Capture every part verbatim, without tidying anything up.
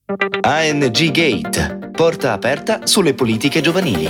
A N G Gate, porta aperta sulle politiche giovanili.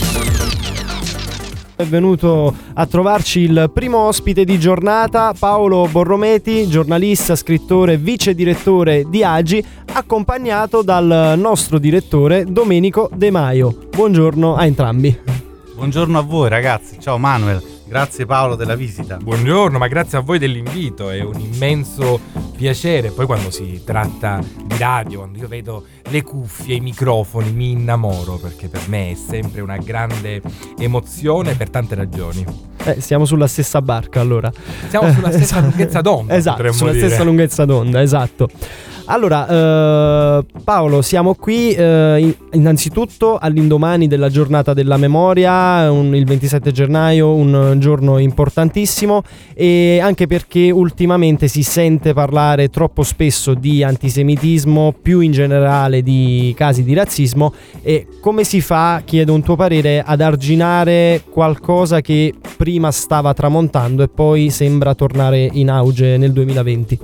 È venuto a trovarci il primo ospite di giornata, Paolo Borrometi, giornalista, scrittore, vice direttore di Agi, accompagnato dal nostro direttore Domenico De Maio. Buongiorno a entrambi. Buongiorno a voi ragazzi, ciao Manuel. Grazie Paolo della visita. Buongiorno, ma grazie a voi dell'invito, è un immenso piacere. Poi quando si tratta di radio, quando io vedo le cuffie, i microfoni, mi innamoro, perché per me è sempre una grande emozione per tante ragioni. Eh, siamo sulla stessa barca allora. Siamo sulla stessa lunghezza d'onda. Esatto, sulla dire. stessa lunghezza d'onda, esatto. Allora, eh, Paolo, siamo qui eh, innanzitutto all'indomani della giornata della memoria, un, il ventisette gennaio, un giorno importantissimo, e anche perché ultimamente si sente parlare troppo spesso di antisemitismo, più in generale di casi di razzismo. E come si fa, chiedo un tuo parere, ad arginare qualcosa che prima stava tramontando e poi sembra tornare in auge nel duemilaventi?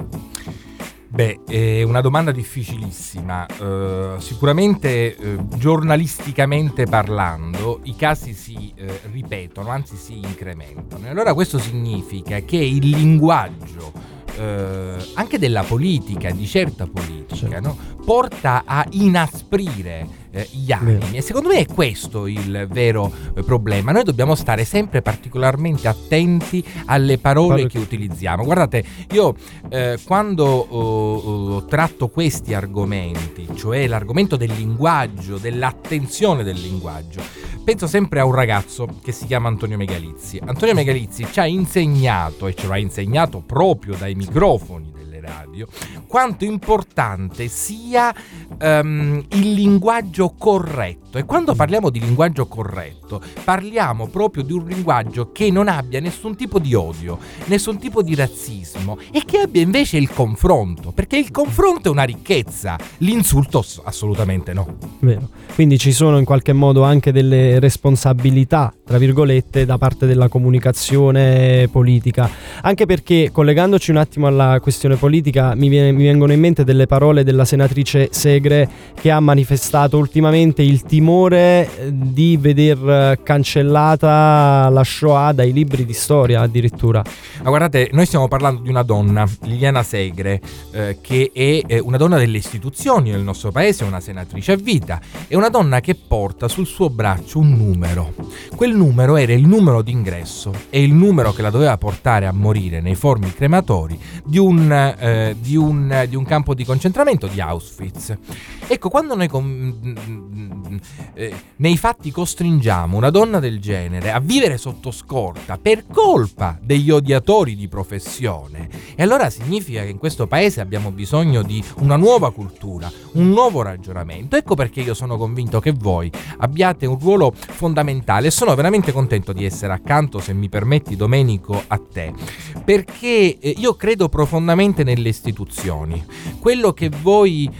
Beh, è una domanda difficilissima. Uh, sicuramente uh, giornalisticamente parlando i casi si uh, ripetono, anzi si incrementano. E allora questo significa che il linguaggio uh, anche della politica, di certa politica, no, porta a inasprire eh, gli animi. E secondo me è questo il vero eh, problema. Noi dobbiamo stare sempre particolarmente attenti alle parole che utilizziamo. Guardate, io eh, quando oh, oh, tratto questi argomenti, cioè l'argomento del linguaggio, dell'attenzione del linguaggio, penso sempre a un ragazzo che si chiama Antonio Megalizzi. Antonio Megalizzi ci ha insegnato, e ce lo ha insegnato proprio dai microfoni delle radio, quanto importante sia um, il linguaggio corretto. E quando parliamo di linguaggio corretto, parliamo proprio di un linguaggio che non abbia nessun tipo di odio, nessun tipo di razzismo, e che abbia invece il confronto, perché il confronto è una ricchezza, l'insulto assolutamente no. Vero. Quindi ci sono in qualche modo anche delle responsabilità, tra virgolette, da parte della comunicazione politica, anche perché, collegandoci un attimo alla questione politica, mi, viene, mi vengono in mente delle parole della senatrice Segre, che ha manifestato ultimamente il timore di veder cancellata la Shoah dai libri di storia addirittura. Ma guardate, noi stiamo parlando di una donna, Liliana Segre, eh, che è eh, una donna delle istituzioni nel nostro paese, una senatrice a vita, è una donna che porta sul suo braccio un numero. Quel numero era il numero d'ingresso, è il numero che la doveva portare a morire nei forni crematori di un, eh, di un, di un campo di concentramento di Auschwitz. Ecco, quando noi com- eh, nei fatti costringiamo una donna del genere a vivere sotto scorta per colpa degli odiatori di professione, e allora significa che in questo paese abbiamo bisogno di una nuova cultura, un nuovo ragionamento. Ecco perché io sono convinto che voi abbiate un ruolo fondamentale, e sono veramente contento di essere accanto, se mi permetti Domenico, a te, perché eh, io credo profondamente nelle istituzioni. Quello che voi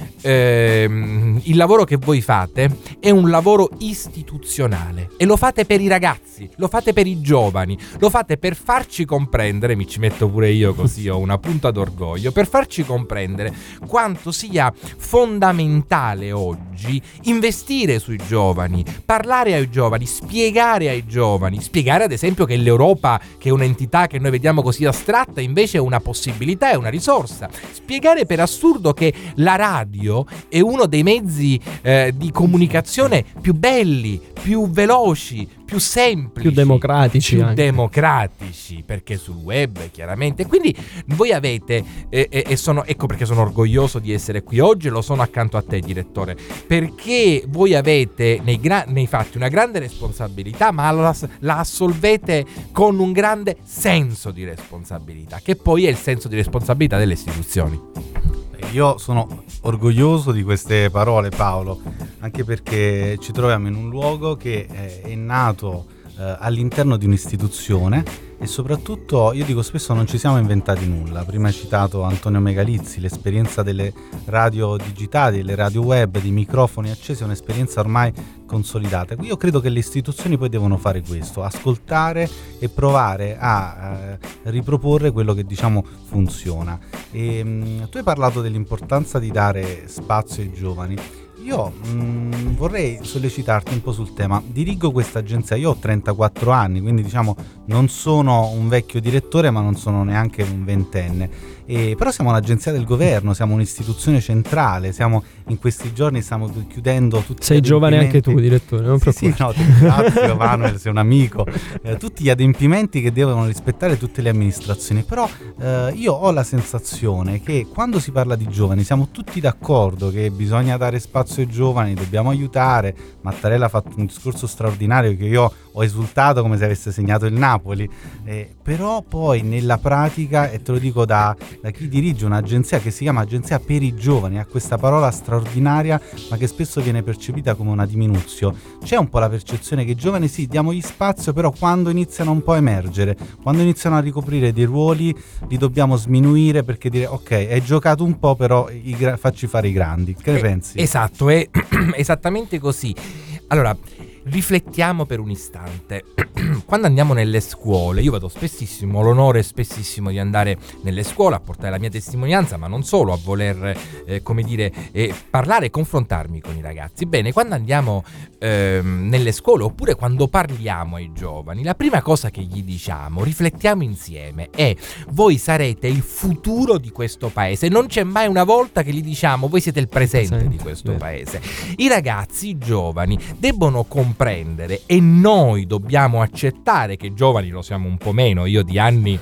ehm, il lavoro che voi fate è un lavoro istituzionale, e lo fate per i ragazzi, lo fate per i giovani, lo fate per farci comprendere, mi ci metto pure io così ho una punta d'orgoglio, per farci comprendere quanto sia fondamentale oggi investire sui giovani, parlare ai giovani, spiegare ai giovani, spiegare ad esempio che l'Europa, che è un'entità che noi vediamo così astratta, invece è una possibilità, è una risorsa, spiegare per assurdo che la radio è uno dei mezzi eh, di comunicazione più belli, più veloci, più semplici, più democratici, più anche. democratici, perché sul web chiaramente. Quindi voi avete eh, eh, e sono ecco perché sono orgoglioso di essere qui oggi, e lo sono accanto a te, direttore, perché voi avete nei, gra- nei fatti una grande responsabilità, ma la, la assolvete con un grande senso di responsabilità, che poi è il senso di responsabilità delle istituzioni. Io sono orgoglioso di queste parole, Paolo, anche perché ci troviamo in un luogo che è nato eh, all'interno di un'istituzione. E soprattutto, io dico spesso, non ci siamo inventati nulla. Prima hai citato Antonio Megalizzi, l'esperienza delle radio digitali, delle radio web, di microfoni accesi, è un'esperienza ormai consolidata. Io credo che le istituzioni poi devono fare questo, ascoltare e provare a eh, riproporre quello che diciamo funziona. E, mh, tu hai parlato dell'importanza di dare spazio ai giovani. Io mh, vorrei sollecitarti un po' sul tema. Dirigo questa agenzia, io ho trentaquattro anni, quindi diciamo non sono un vecchio direttore, ma non sono neanche un ventenne. E, però siamo un'agenzia del governo, siamo un'istituzione centrale, siamo in questi giorni stiamo chiudendo tutti Sei gli giovane anche tu, direttore, non sì, sì, no, ti ringrazio Manuel, sei un amico. Eh, tutti gli adempimenti che devono rispettare tutte le amministrazioni. Però eh, io ho la sensazione che quando si parla di giovani siamo tutti d'accordo che bisogna dare spazio ai giovani, dobbiamo aiutare. Mattarella ha fatto un discorso straordinario che io ho esultato come se avesse segnato il Napoli, eh, però poi nella pratica, e te lo dico da, da chi dirige un'agenzia che si chiama Agenzia per i Giovani, ha questa parola straordinaria ma che spesso viene percepita come una diminuzione. C'è un po' la percezione che i giovani sì, diamogli spazio, però quando iniziano un po' a emergere, quando iniziano a ricoprire dei ruoli, li dobbiamo sminuire, perché dire ok, hai giocato un po', però i gra- facci fare i grandi. Che ne eh, pensi? Esatto, è esattamente così. Allora, riflettiamo per un istante. Quando andiamo nelle scuole, io vado spessissimo, ho l'onore spessissimo di andare nelle scuole a portare la mia testimonianza, ma non solo, a voler, eh, come dire, eh, parlare e confrontarmi con i ragazzi. Bene, quando andiamo eh, nelle scuole, oppure quando parliamo ai giovani, la prima cosa che gli diciamo, riflettiamo insieme, è: voi sarete il futuro di questo paese. Non c'è mai una volta che gli diciamo: voi siete il presente, presente di questo vero. paese. I ragazzi, i giovani, debbono comprendere, e noi dobbiamo accettare che giovani lo siamo un po' meno. Io di anni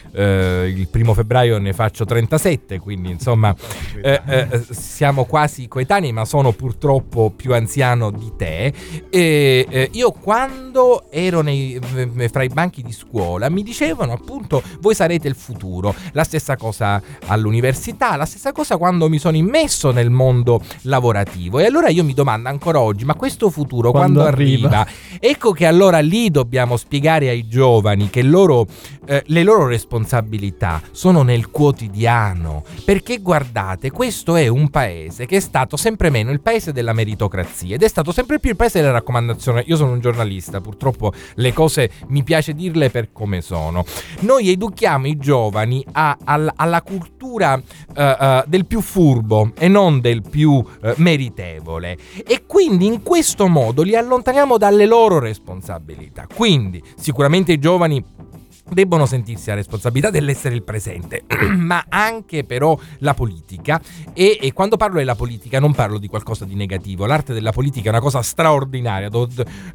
Uh, il primo febbraio ne faccio trentasette, quindi insomma eh, eh, siamo quasi coetanei, ma sono purtroppo più anziano di te. E, eh, io quando ero nei, fra i banchi di scuola mi dicevano appunto: voi sarete il futuro. La stessa cosa all'università, la stessa cosa quando mi sono immesso nel mondo lavorativo. E allora io mi domando ancora oggi: ma questo futuro quando, quando arriva? arriva? Ecco che allora lì dobbiamo spiegare ai giovani che loro, eh, le loro responsabilità responsabilità sono nel quotidiano, perché guardate, questo è un paese che è stato sempre meno il paese della meritocrazia ed è stato sempre più il paese della raccomandazione. Io sono un giornalista, purtroppo le cose mi piace dirle per come sono. Noi educhiamo i giovani a, a, alla cultura uh, uh, del più furbo e non del più uh, meritevole, e quindi in questo modo li allontaniamo dalle loro responsabilità. Quindi sicuramente i giovani debbono sentirsi la responsabilità dell'essere il presente, ma anche però la politica, e, e quando parlo della politica non parlo di qualcosa di negativo. L'arte della politica è una cosa straordinaria, Do,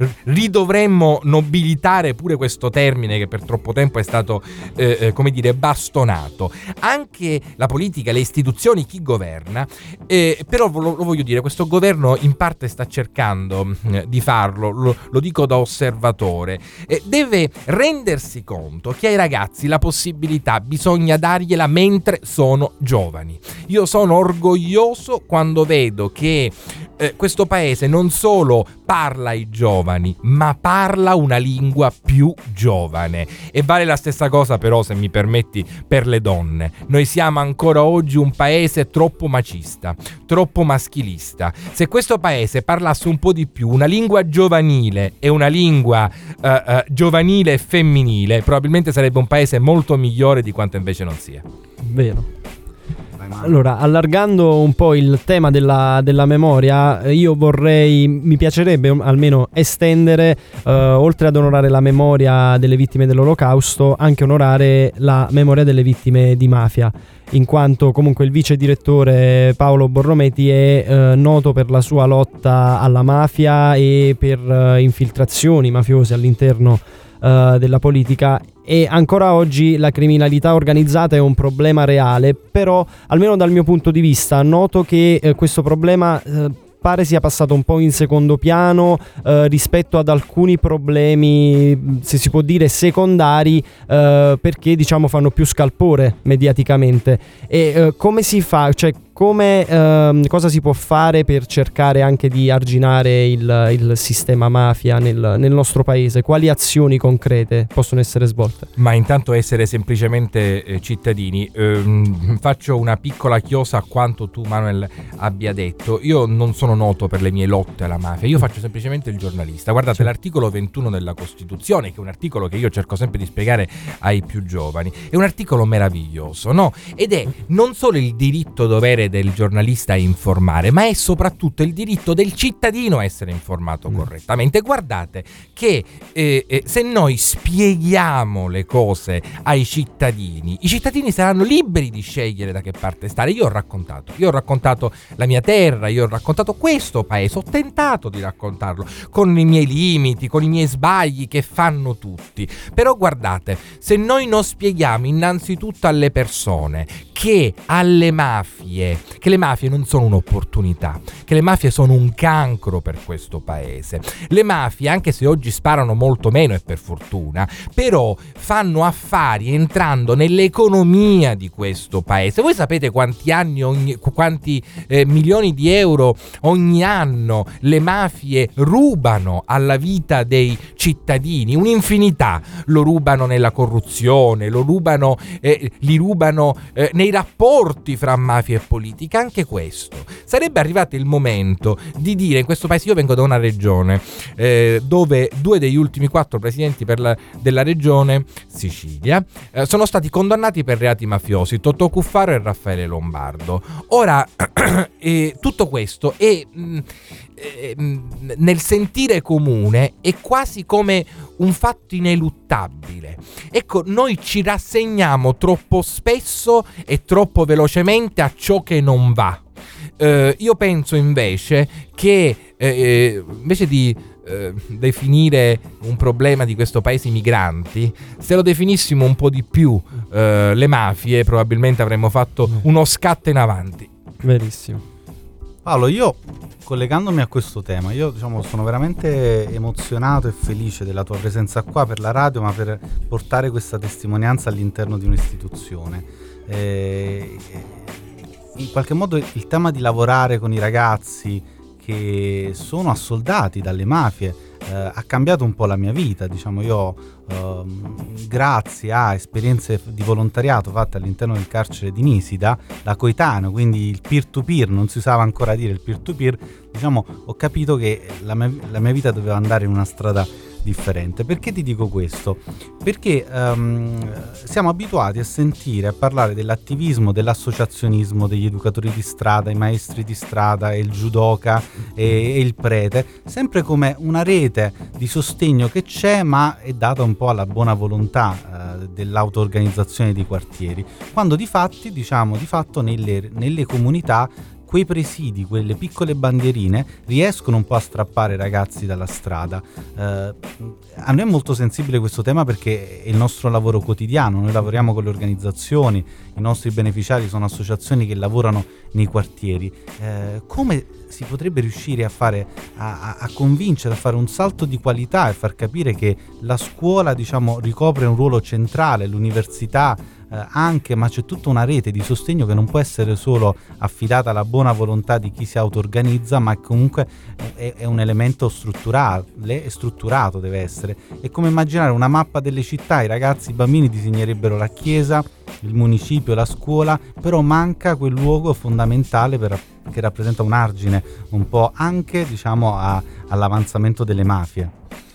ridovremmo nobilitare pure questo termine che per troppo tempo è stato eh, eh, come dire bastonato. Anche la politica, le istituzioni, chi governa, eh, però lo, lo voglio dire, questo governo in parte sta cercando eh, di farlo, lo, lo dico da osservatore, eh, deve rendersi conto che ai ragazzi la possibilità bisogna dargliela mentre sono giovani. Io sono orgoglioso quando vedo che eh, questo paese non solo parla ai giovani, ma parla una lingua più giovane. E vale la stessa cosa però, se mi permetti, per le donne. Noi siamo ancora oggi un paese troppo macista, troppo maschilista. Se questo paese parlasse un po' di più una lingua giovanile e una lingua uh, uh, giovanile e femminile, probabilmente sarebbe un paese molto migliore di quanto invece non sia. Vero. Allora, allargando un po' il tema della, della memoria, io vorrei, mi piacerebbe almeno estendere, eh, oltre ad onorare la memoria delle vittime dell'Olocausto, anche onorare la memoria delle vittime di mafia, in quanto comunque il vice direttore Paolo Borrometi è eh, noto per la sua lotta alla mafia e per eh, infiltrazioni mafiose all'interno Uh, della politica, e ancora oggi la criminalità organizzata è un problema reale. Però almeno dal mio punto di vista noto che uh, questo problema uh, pare sia passato un po' in secondo piano uh, rispetto ad alcuni problemi, se si può dire secondari, uh, perché diciamo fanno più scalpore mediaticamente. E uh, come si fa, cioè come ehm, cosa si può fare per cercare anche di arginare il, il sistema mafia nel, nel nostro paese? Quali azioni concrete possono essere svolte? Ma intanto essere semplicemente eh, cittadini. Ehm, faccio una piccola chiosa a quanto tu, Manuel, abbia detto. Io non sono noto per le mie lotte alla mafia, io faccio semplicemente il giornalista. Guardate, l'articolo ventuno della Costituzione, che è un articolo che io cerco sempre di spiegare ai più giovani, è un articolo meraviglioso, no? Ed è non solo il diritto dovere del giornalista a informare, ma è soprattutto il diritto del cittadino a essere informato correttamente. Guardate che eh, eh, se noi spieghiamo le cose ai cittadini, i cittadini saranno liberi di scegliere da che parte stare. Io ho raccontato, io ho raccontato la mia terra, io ho raccontato questo paese, ho tentato di raccontarlo con i miei limiti, con i miei sbagli che fanno tutti. Però guardate, se noi non spieghiamo innanzitutto alle persone che alle mafie, che le mafie non sono un'opportunità, che le mafie sono un cancro per questo paese. Le mafie, anche se oggi sparano molto meno e per fortuna, però fanno affari entrando nell'economia di questo paese. Voi sapete quanti anni, ogni, quanti eh, milioni di euro ogni anno le mafie rubano alla vita dei cittadini? Un'infinità. Lo rubano nella corruzione, lo rubano, eh, li rubano eh, nei rapporti fra mafia e politica. Anche questo. Sarebbe arrivato il momento di dire in questo paese, io vengo da una regione eh, dove due degli ultimi quattro presidenti per la, della regione, Sicilia, eh, sono stati condannati per reati mafiosi, Totò Cuffaro e Raffaele Lombardo. Ora eh, tutto questo è mh, eh, nel sentire comune, è quasi come un fatto ineluttabile. Ecco, noi ci rassegniamo troppo spesso e troppo velocemente a ciò che non va. Uh, io penso invece che eh, invece di eh, definire un problema di questo paese i migranti, se lo definissimo un po' di più eh, le mafie, probabilmente avremmo fatto uno scatto in avanti. Verissimo. Paolo, io collegandomi a questo tema, io diciamo sono veramente emozionato e felice della tua presenza qua per la radio, ma per portare questa testimonianza all'interno di un'istituzione. Eh, in qualche modo il tema di lavorare con i ragazzi che sono assoldati dalle mafie eh, ha cambiato un po' la mia vita. Diciamo, io eh, grazie a esperienze di volontariato fatte all'interno del carcere di Nisida, da coetaneo, quindi il peer to peer, non si usava ancora dire il peer to peer, diciamo, ho capito che la mia, la mia vita doveva andare in una strada differente. Perché ti dico questo? Perché um, siamo abituati a sentire, a parlare dell'attivismo, dell'associazionismo, degli educatori di strada, i maestri di strada, e il judoka e, e il prete, sempre come una rete di sostegno che c'è, ma è data un po' alla buona volontà uh, dell'auto-organizzazione dei quartieri, quando di fatti, diciamo, di fatto nelle, nelle comunità quei presidi, quelle piccole bandierine riescono un po' a strappare i ragazzi dalla strada. Eh, a noi è molto sensibile questo tema perché è il nostro lavoro quotidiano, noi lavoriamo con le organizzazioni, i nostri beneficiari sono associazioni che lavorano nei quartieri. Eh, come si potrebbe riuscire a fare, a, a convincere, a fare un salto di qualità e far capire che la scuola, diciamo, ricopre un ruolo centrale, l'università Eh, anche, ma c'è tutta una rete di sostegno che non può essere solo affidata alla buona volontà di chi si auto-organizza, ma comunque è, è un elemento strutturato, è strutturato deve essere. È come immaginare una mappa delle città, i ragazzi, i bambini disegnerebbero la chiesa, il municipio, la scuola, però manca quel luogo fondamentale per, che rappresenta un argine un po' anche, diciamo, a, all'avanzamento delle mafie.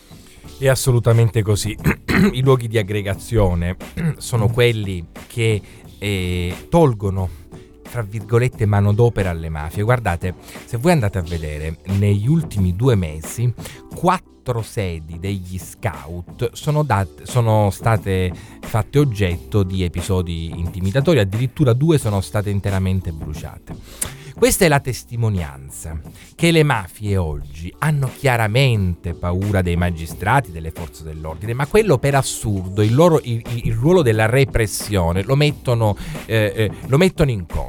È assolutamente così. I luoghi di aggregazione sono quelli che eh, tolgono, fra virgolette, manodopera alle mafie. Guardate, se voi andate a vedere, negli ultimi due mesi quattro sedi degli scout sono, date, sono state fatte oggetto di episodi intimidatori, addirittura due sono state interamente bruciate. Questa è la testimonianza che le mafie oggi hanno chiaramente paura dei magistrati, delle forze dell'ordine, ma quello per assurdo, il, loro, il, il ruolo della repressione lo mettono, eh, eh, lo mettono in conto.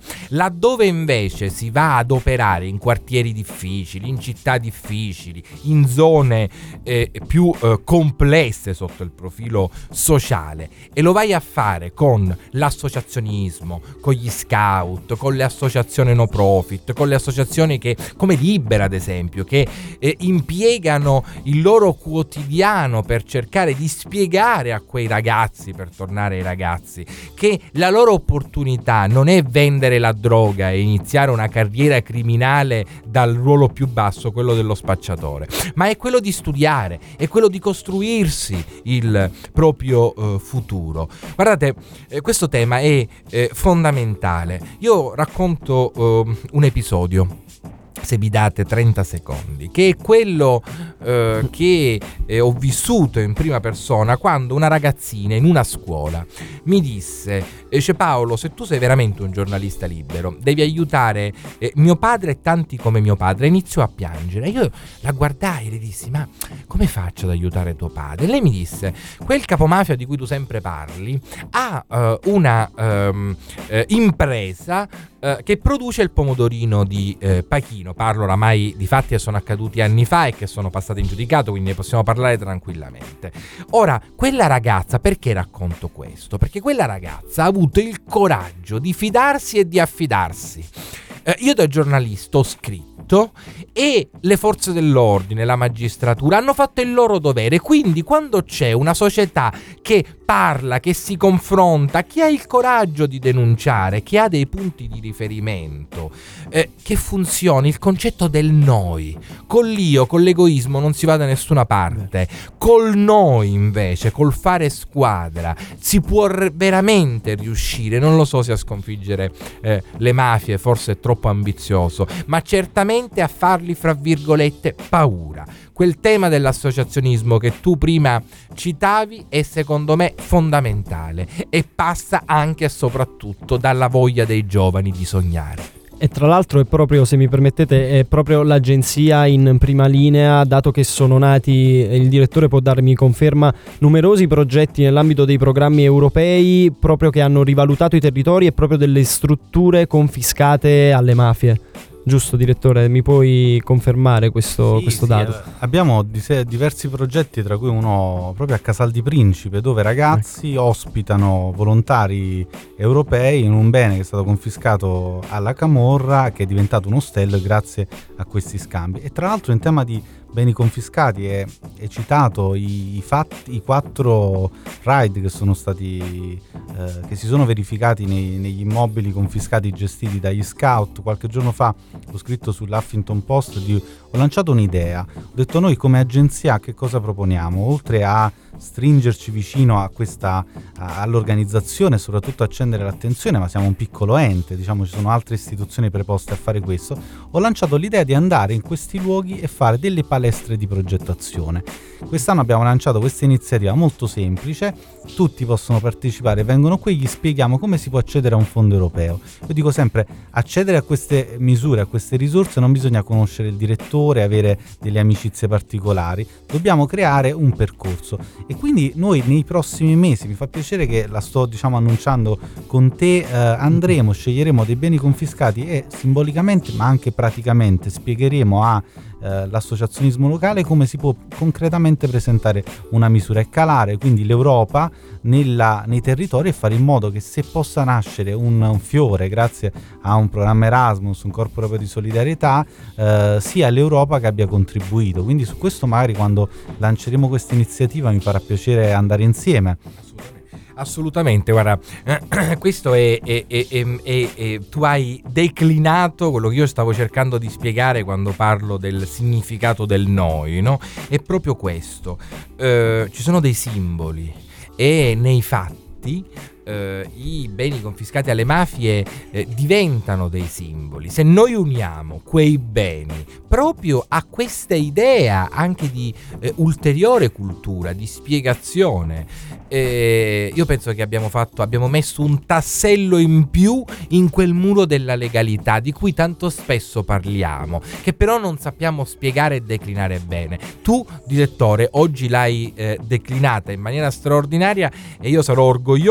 Laddove invece si va ad operare in quartieri difficili, in città difficili, in zone eh, più eh, complesse sotto il profilo sociale, e lo vai a fare con l'associazionismo, con gli scout, con le associazioni no profit, con le associazioni che, come Libera ad esempio, che eh, impiegano il loro quotidiano per cercare di spiegare a quei ragazzi, per tornare ai ragazzi, che la loro opportunità non è vendere la droga e iniziare una carriera criminale dal ruolo più basso, quello dello spacciatore, ma è quello di studiare, è quello di costruirsi il proprio eh, futuro. Guardate, eh, questo tema è eh, fondamentale. Io racconto eh, un episodio, se vi date trenta secondi, che è quello eh, che eh, ho vissuto in prima persona quando una ragazzina in una scuola mi disse: dice Paolo, se tu sei veramente un giornalista libero, devi aiutare eh, mio padre e tanti come mio padre. Iniziò a piangere. Io la guardai e le dissi: ma come faccio ad aiutare tuo padre? E lei mi disse: quel capomafia di cui tu sempre parli ha eh, una ehm, eh, impresa eh, che produce il pomodorino di eh, Pachino. Parlo oramai di fatti che sono accaduti anni fa e che sono passati in giudicato, quindi ne possiamo parlare tranquillamente. Ora, quella ragazza, perché racconto questo? Perché quella ragazza ha avuto il coraggio di fidarsi e di affidarsi. Eh, io da giornalista ho scritto e le forze dell'ordine, la magistratura hanno fatto il loro dovere, quindi quando c'è una società che parla, che si confronta, che ha il coraggio di denunciare, che ha dei punti di riferimento, eh, che funzioni il concetto del noi. Con l'io, con l'egoismo non si va da nessuna parte. Col noi invece, col fare squadra, si può r- veramente riuscire, non lo so se a sconfiggere eh, le mafie, forse è troppo ambizioso, ma certamente a fargli, fra virgolette, paura. Quel tema dell'associazionismo che tu prima citavi è secondo me fondamentale e passa anche e soprattutto dalla voglia dei giovani di sognare. E tra l'altro è proprio, se mi permettete, è proprio l'agenzia in prima linea, dato che sono nati, il direttore può darmi conferma, numerosi progetti nell'ambito dei programmi europei proprio che hanno rivalutato i territori e proprio delle strutture confiscate alle mafie. Giusto, direttore, mi puoi confermare questo, sì, questo sì, dato? Eh, abbiamo di- diversi progetti, tra cui uno proprio a Casal di Principe, dove ragazzi ecco. ospitano volontari europei in un bene che è stato confiscato alla camorra, che è diventato un ostello grazie a questi scambi. E tra l'altro in tema di beni confiscati è, è citato i, i fatti, i quattro raid che sono stati eh, che si sono verificati nei, negli immobili confiscati gestiti dagli scout. Qualche giorno fa ho scritto sull'Huffington Post, di, ho lanciato un'idea, ho detto: noi come agenzia che cosa proponiamo? Oltre a stringerci vicino a questa a, all'organizzazione e soprattutto accendere l'attenzione, ma siamo un piccolo ente, diciamo ci sono altre istituzioni preposte a fare questo, ho lanciato l'idea di andare in questi luoghi e fare delle palestre di progettazione. Quest'anno abbiamo lanciato questa iniziativa molto semplice, tutti possono partecipare, vengono qui, gli spieghiamo come si può accedere a un fondo europeo. Io dico sempre: accedere a queste misure, a queste risorse non bisogna conoscere il direttore, avere delle amicizie particolari, dobbiamo creare un percorso. E quindi noi nei prossimi mesi, mi fa piacere che la sto diciamo annunciando con te, eh, andremo, sceglieremo dei beni confiscati e simbolicamente ma anche praticamente spiegheremo a eh, l'associazionismo locale come si può concretamente presentare una misura e calare quindi l'Europa nella, nei territori, e fare in modo che se possa nascere un, un fiore grazie a un programma Erasmus, un corpo europeo di solidarietà, eh, sia l'Europa che abbia contribuito. Quindi su questo magari quando lanceremo questa iniziativa mi farà piacere andare insieme. Assolutamente, guarda, questo è, è, è, è, è, è tu hai declinato quello che io stavo cercando di spiegare quando parlo del significato del noi, no? È proprio questo, eh, ci sono dei simboli e nei fatti eh, i beni confiscati alle mafie eh, diventano dei simboli. Se noi uniamo quei beni proprio a questa idea anche di eh, ulteriore cultura, di spiegazione, eh, io penso che abbiamo fatto, abbiamo messo un tassello in più in quel muro della legalità di cui tanto spesso parliamo, che però non sappiamo spiegare e declinare bene. Tu, direttore, oggi l'hai eh, declinata in maniera straordinaria e io sarò orgoglioso qualora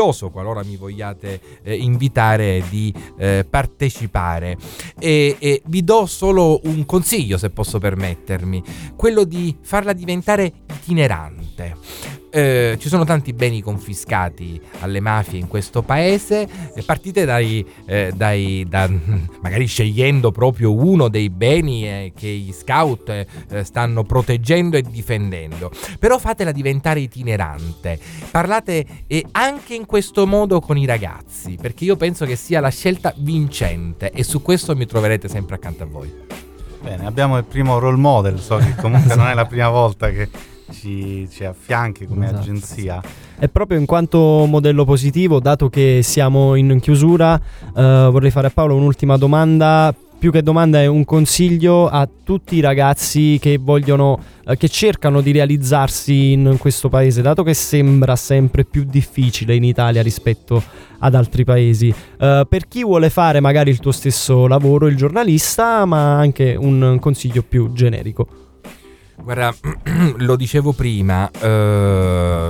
qualora mi vogliate eh, invitare, di eh, partecipare. E, e vi do solo un consiglio, se posso permettermi, quello di farla diventare itinerante. Eh, ci sono tanti beni confiscati alle mafie in questo paese, eh, partite dai, eh, dai da, magari scegliendo proprio uno dei beni eh, che gli scout eh, stanno proteggendo e difendendo, però fatela diventare itinerante, parlate eh, anche in questo modo con i ragazzi, perché io penso che sia la scelta vincente e su questo mi troverete sempre accanto a voi. Bene, abbiamo il primo role model, so che comunque non è la prima volta che Ci, ci affianchi come esatto. agenzia. E proprio in quanto modello positivo, dato che siamo in chiusura, eh, vorrei fare a Paolo un'ultima domanda. Più che domanda è un consiglio a tutti i ragazzi che vogliono, eh, che cercano di realizzarsi in questo paese, dato che sembra sempre più difficile in Italia rispetto ad altri paesi. Eh, per chi vuole fare magari il tuo stesso lavoro, il giornalista, ma anche un consiglio più generico. Guarda, lo dicevo prima, eh,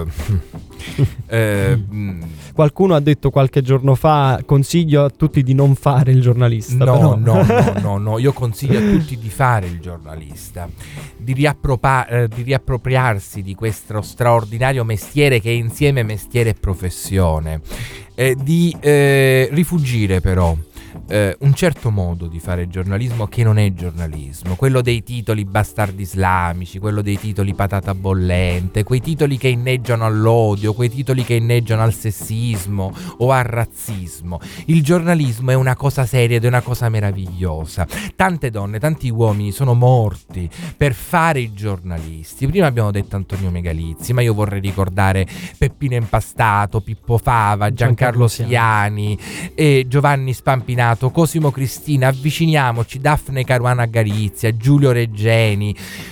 eh, qualcuno ha detto qualche giorno fa: consiglio a tutti di non fare il giornalista. No, però. no, no, no, no, io consiglio a tutti di fare il giornalista, di, riappropa- eh, di riappropriarsi di questo straordinario mestiere che è insieme mestiere e professione, eh, di eh, rifugire però Uh, un certo modo di fare giornalismo che non è giornalismo, quello dei titoli bastardi islamici, quello dei titoli patata bollente, quei titoli che inneggiano all'odio, quei titoli che inneggiano al sessismo o al razzismo. Il giornalismo è una cosa seria ed è una cosa meravigliosa. Tante donne, tanti uomini sono morti per fare i giornalisti. Prima abbiamo detto Antonio Megalizzi, ma io vorrei ricordare Peppino Impastato, Pippo Fava, Giancarlo, Giancarlo Siani e Giovanni Spampinato, Cosimo Cristina, avviciniamoci, Daphne Caruana Galizia, Giulio Reggeni,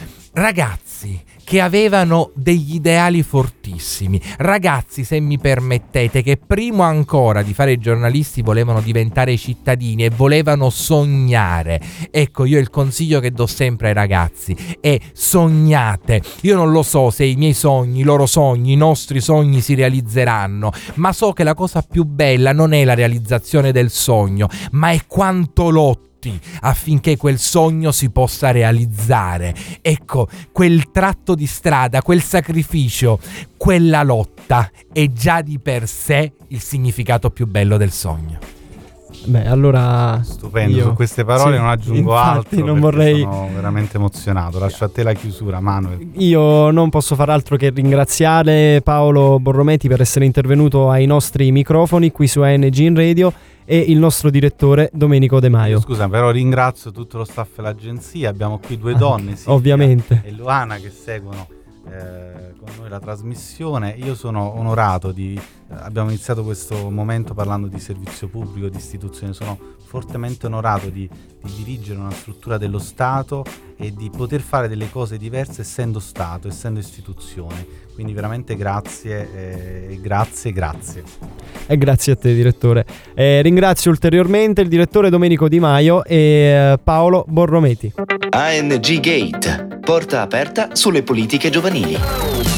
ragazzi che avevano degli ideali fortissimi, ragazzi, se mi permettete, che prima ancora di fare i giornalisti volevano diventare cittadini e volevano sognare. Ecco, io il consiglio che do sempre ai ragazzi è: sognate. Io non lo so se i miei sogni, i loro sogni, i nostri sogni si realizzeranno, ma so che la cosa più bella non è la realizzazione del sogno, ma è quanto lotto affinché quel sogno si possa realizzare. Ecco, quel tratto di strada, quel sacrificio, quella lotta è già di per sé il significato più bello del sogno. Beh, allora stupendo, io, su queste parole sì, non aggiungo infatti altro, non vorrei... sono veramente emozionato. Lascio a te la chiusura, Manuel. Io non posso far altro che ringraziare Paolo Borrometi per essere intervenuto ai nostri microfoni qui su A N G in Radio e il nostro direttore Domenico De Maio. Scusa, però ringrazio tutto lo staff dell'agenzia. Abbiamo qui due donne, Silvia ovviamente, e Luana, che seguono eh, con noi la trasmissione. Io sono onorato di eh, abbiamo iniziato questo momento parlando di servizio pubblico, di istituzione. Sono fortemente onorato di, di dirigere una struttura dello Stato e di poter fare delle cose diverse essendo Stato, essendo istituzione. Quindi veramente grazie, eh, grazie, grazie. E grazie a te, direttore. Eh, ringrazio ulteriormente il direttore Domenico Di Maio e eh, Paolo Borrometi. A N G Gate, porta aperta sulle politiche giovanili.